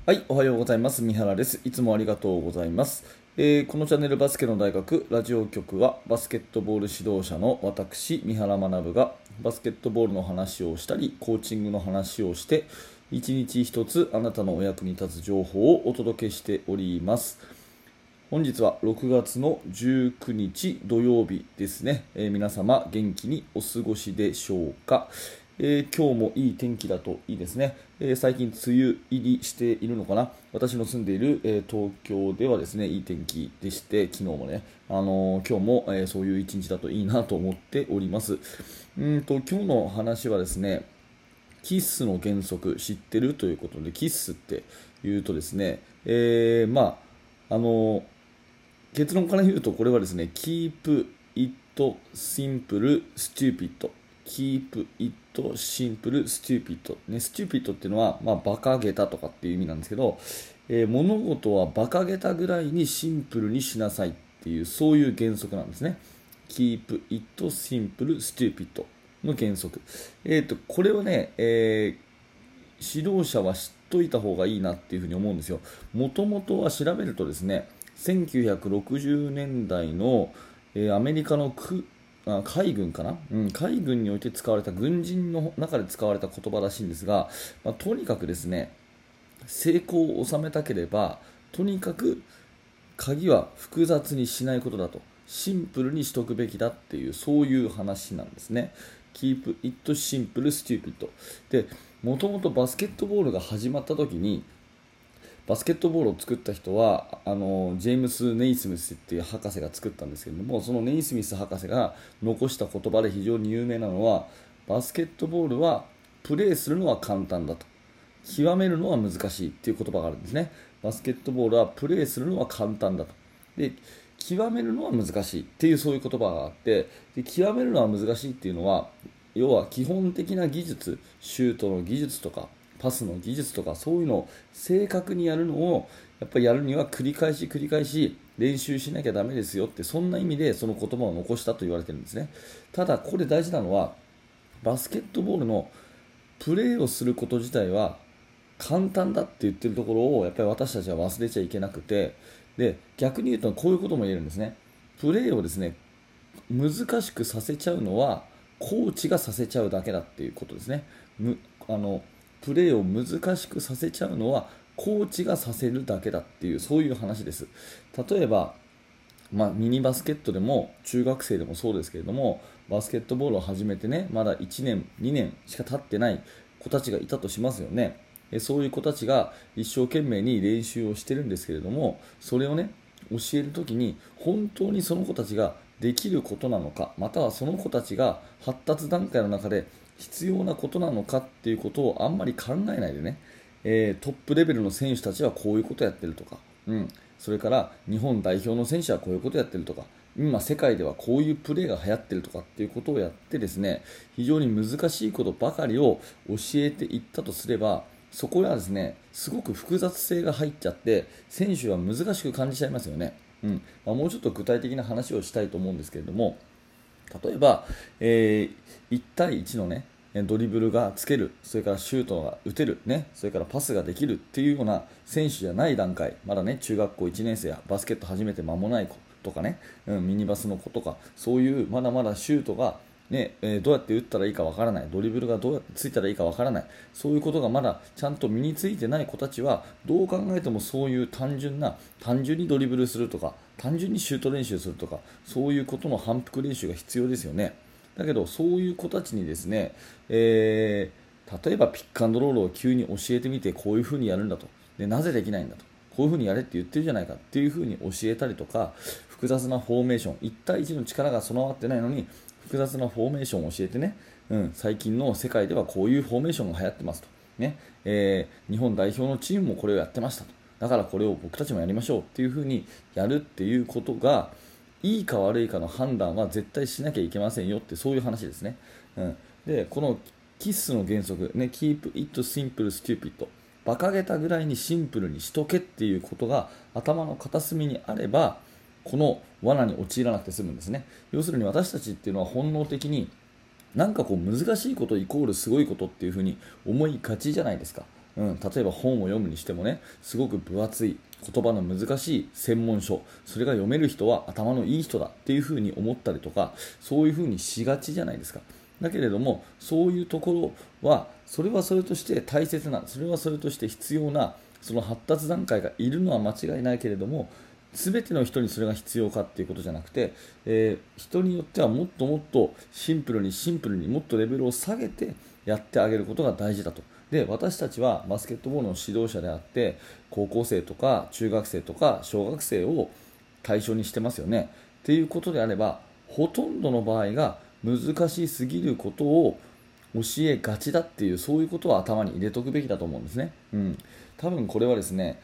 はい、おはようございます。三原です。いつもありがとうございます。このチャンネルバスケの大学ラジオ局はバスケットボール指導者の私、三原学がバスケットボールの話をしたり、コーチングの話をして、一日一つあなたのお役に立つ情報をお届けしております。本日は6月の19日土曜日ですね。皆様元気にお過ごしでしょうか。今日もいい天気だといいですね。最近梅雨入りしているのかな。私の住んでいる、東京ではですね、いい天気でして、昨日もね、今日も、そういう一日だといいなと思っております。今日の話はですね、キッスの原則知ってるということで、キッスって言うとですね、結論から言うと、これはですね、Keep it simple, stupid。Keep it simple, stupid。ね、stupid っていうのは、馬鹿げたとかっていう意味なんですけど、物事は馬鹿げたぐらいにシンプルにしなさいっていう、そういう原則なんですね。Keep it simple, stupid の原則。これをね、指導者は知っといた方がいいなっていうふうに思うんですよ。もともとは調べるとですね、1960年代の、アメリカの海軍かな、海軍において使われた軍人の中で使われた言葉らしいんですが、とにかくですね、成功を収めたければ、とにかく鍵は複雑にしないことだと、シンプルにしとくべきだっていう、そういう話なんですね。Keep it simple, stupid。で、もともとバスケットボールが始まった時に、バスケットボールを作った人はジェームス・ネイスミスっていう博士が作ったんですけれども、そのネイスミス博士が残した言葉で非常に有名なのは、バスケットボールはプレーするのは簡単だと、極めるのは難しいっていう言葉があるんですね。バスケットボールはプレーするのは簡単だと、で極めるのは難しいっていう、そういう言葉があって、で極めるのは難しいっていうのは、要は基本的な技術、シュートの技術とかパスの技術とか、そういうのを正確にやるのをやっぱりやるには繰り返し繰り返し練習しなきゃダメですよって、そんな意味でその言葉を残したと言われてるんですね。ただここで大事なのは、バスケットボールのプレーをすること自体は簡単だって言ってるところをやっぱり私たちは忘れちゃいけなくて、で逆に言うとこういうことも言えるんですね。プレーをですね、難しくさせちゃうのはコーチがさせちゃうだけだっていうことですね。むあのプレーを難しくさせちゃうのはコーチがさせるだけだっていう、そういう話です。例えば、ミニバスケットでも中学生でもそうですけれども、バスケットボールを始めてね、まだ1年2年しか経ってない子たちがいたとしますよね。そういう子たちが一生懸命に練習をしてるんですけれども、それをね、教えるときに本当にその子たちができることなのか、またはその子たちが発達段階の中で必要なことなのかっていうことをあんまり考えないでね、トップレベルの選手たちはこういうことをやってるとか、それから日本代表の選手はこういうことをやってるとか、今世界ではこういうプレーが流行ってるとかっていうことをやってですね、非常に難しいことばかりを教えていったとすれば、そこはですね、すごく複雑性が入っちゃって選手は難しく感じちゃいますよね。もうちょっと具体的な話をしたいと思うんですけれども、例えば、1対1のね、ドリブルがつける、それからシュートが打てる、それからパスができるっていうような選手じゃない段階、まだね、中学校1年生やバスケット始めて間もない子とかね、ミニバスの子とか、そういうまだまだシュートがどうやって打ったらいいかわからない、ドリブルがどうやってついたらいいかわからない、そういうことがまだちゃんと身についてない子たちは、どう考えてもそういう単純にドリブルするとか、単純にシュート練習するとか、そういうことの反復練習が必要ですよね。だけど、そういう子たちにですね、例えばピックアンドロールを急に教えてみて、こういうふうにやるんだと、でなぜできないんだと、こういうふうにやれって言ってるじゃないかっていうふうに教えたりとか、複雑なフォーメーション、1対1の力が備わってないのに複雑なフォーメーションを教えてね、最近の世界ではこういうフォーメーションが流行ってますと、日本代表のチームもこれをやってましたと、だからこれを僕たちもやりましょうっていうふうにやるっていうことが、いいか悪いかの判断は絶対しなきゃいけませんよって、そういう話ですね。でこのキッスの原則、Keep it simple, stupid、馬鹿げたぐらいにシンプルにしとけっていうことが頭の片隅にあれば、この罠に陥らなくて済むんですね。要するに私たちっていうのは本能的になんかこう難しいことイコールすごいことっていうふうに思いがちじゃないですか。 例えば本を読むにしてもね、すごく分厚い言葉の難しい専門書、それが読める人は頭のいい人だっていうふうに思ったりとか、そういうふうにしがちじゃないですか。だけれども、そういうところはそれはそれとして大切な、それはそれとして必要な、その発達段階がいるのは間違いないけれども、全ての人にそれが必要かっていうことじゃなくて、人によってはもっともっとシンプルにもっとレベルを下げてやってあげることが大事だと。で、私たちはバスケットボールの指導者であって、高校生とか中学生とか小学生を対象にしてますよね。っていうことであれば、ほとんどの場合が難しすぎることを教えがちだっていう、そういうことは頭に入れておくべきだと思うんですね。多分これはですね、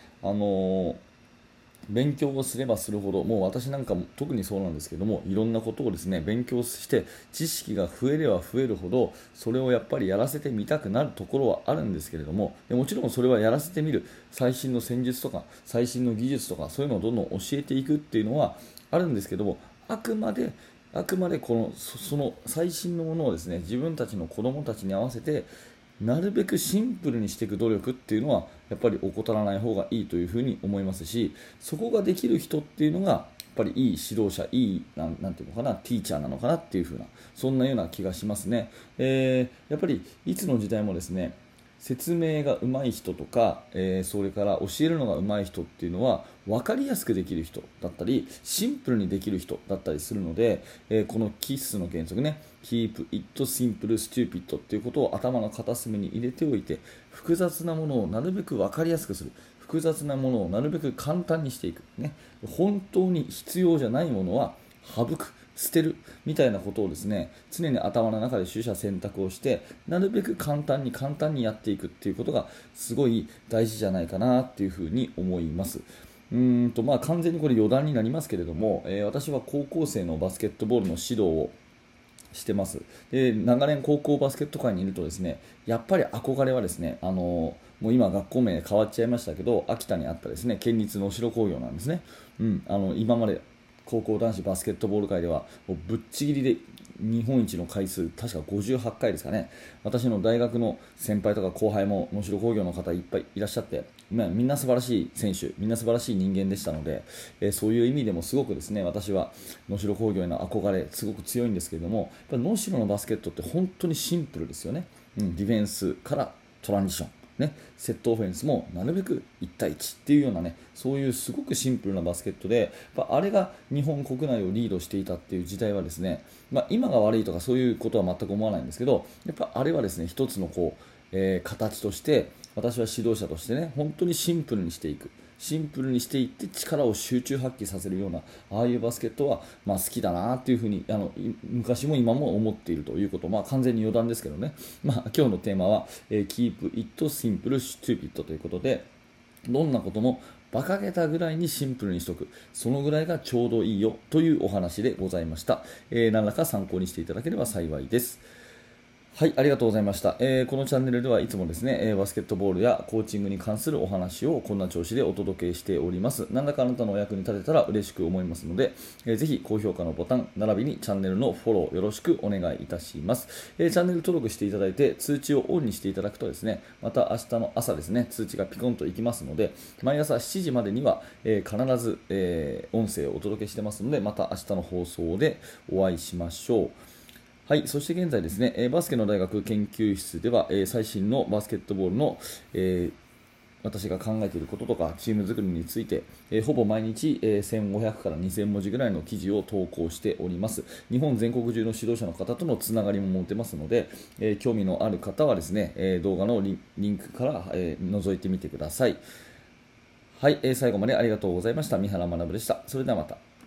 勉強をすればするほど、もう私なんかも特にそうなんですけども、いろんなことをですね勉強して知識が増えれば増えるほど、それをやっぱりやらせてみたくなるところはあるんですけれども、もちろんそれはやらせてみる、最新の戦術とか最新の技術とかそういうのをどんどん教えていくっていうのはあるんですけども、あくまでその最新のものをですね、自分たちの子供たちに合わせてなるべくシンプルにしていく努力っていうのはやっぱり怠らない方がいいというふうに思いますし、そこができる人っていうのがやっぱりいい指導者、いいなんていうのかな、ティーチャーなのかなっていうふうな、そんなような気がしますね。やっぱりいつの時代もですね、説明が上手い人とか、それから教えるのが上手い人っていうのは分かりやすくできる人だったりシンプルにできる人だったりするので、このキッスの原則ね、Keep it simple stupid っていうことを頭の片隅に入れておいて、複雑なものをなるべく分かりやすくする、複雑なものをなるべく簡単にしていく、ね、本当に必要じゃないものは省く、捨てるみたいなことをですね、常に頭の中で取捨選択をして、なるべく簡単にやっていくっていうことがすごい大事じゃないかなっていうふうに思います。完全にこれ余談になりますけれども、私は高校生のバスケットボールの指導をしてます。で、長年高校バスケット界にいるとですね、やっぱり憧れはですね、もう今学校名変わっちゃいましたけど、秋田にあったですね、県立能代工業なんですね。今まで高校男子バスケットボール界ではもうぶっちぎりで日本一の回数、確か58回ですかね。私の大学の先輩とか後輩も能代工業の方いっぱいいらっしゃって、みんな素晴らしい選手、みんな素晴らしい人間でしたので、そういう意味でもすごくですね、私は能代工業への憧れすごく強いんですけれども、やっぱり能代のバスケットって本当にシンプルですよね。ディフェンスからトランジション、セットオフェンスもなるべく1対1っていうようなね、そういうすごくシンプルなバスケットで、あれが日本国内をリードしていたっていう時代はですね、今が悪いとかそういうことは全く思わないんですけど、やっぱあれはですね、一つの形として、私は指導者としてね、本当にシンプルにしていく。シンプルにしていって力を集中発揮させるような、ああいうバスケットは好きだなというふうに昔も今も思っているということ、完全に余談ですけどね、今日のテーマは、Keep it simple stupid ということで、どんなことも馬鹿げたぐらいにシンプルにしとく、そのぐらいがちょうどいいよというお話でございました。何らか参考にしていただければ幸いです。はい、ありがとうございました。このチャンネルではいつもですね、バスケットボールやコーチングに関するお話をこんな調子でお届けしております。何らかあなたのお役に立てたら嬉しく思いますので、ぜひ高評価のボタン、並びにチャンネルのフォローよろしくお願いいたします。チャンネル登録していただいて通知をオンにしていただくとですね、また明日の朝ですね、通知がピコンといきますので、毎朝7時までには、必ず、音声をお届けしてますので、また明日の放送でお会いしましょう。はい、そして現在ですね、バスケの大学研究室では、最新のバスケットボールの、私が考えていることとかチーム作りについて、ほぼ毎日、1500から2000文字ぐらいの記事を投稿しております。日本全国中の指導者の方とのつながりも持てますので、興味のある方はですね、動画のリンクから、覗いてみてください。はい、最後までありがとうございました。三原学でした。それではまた。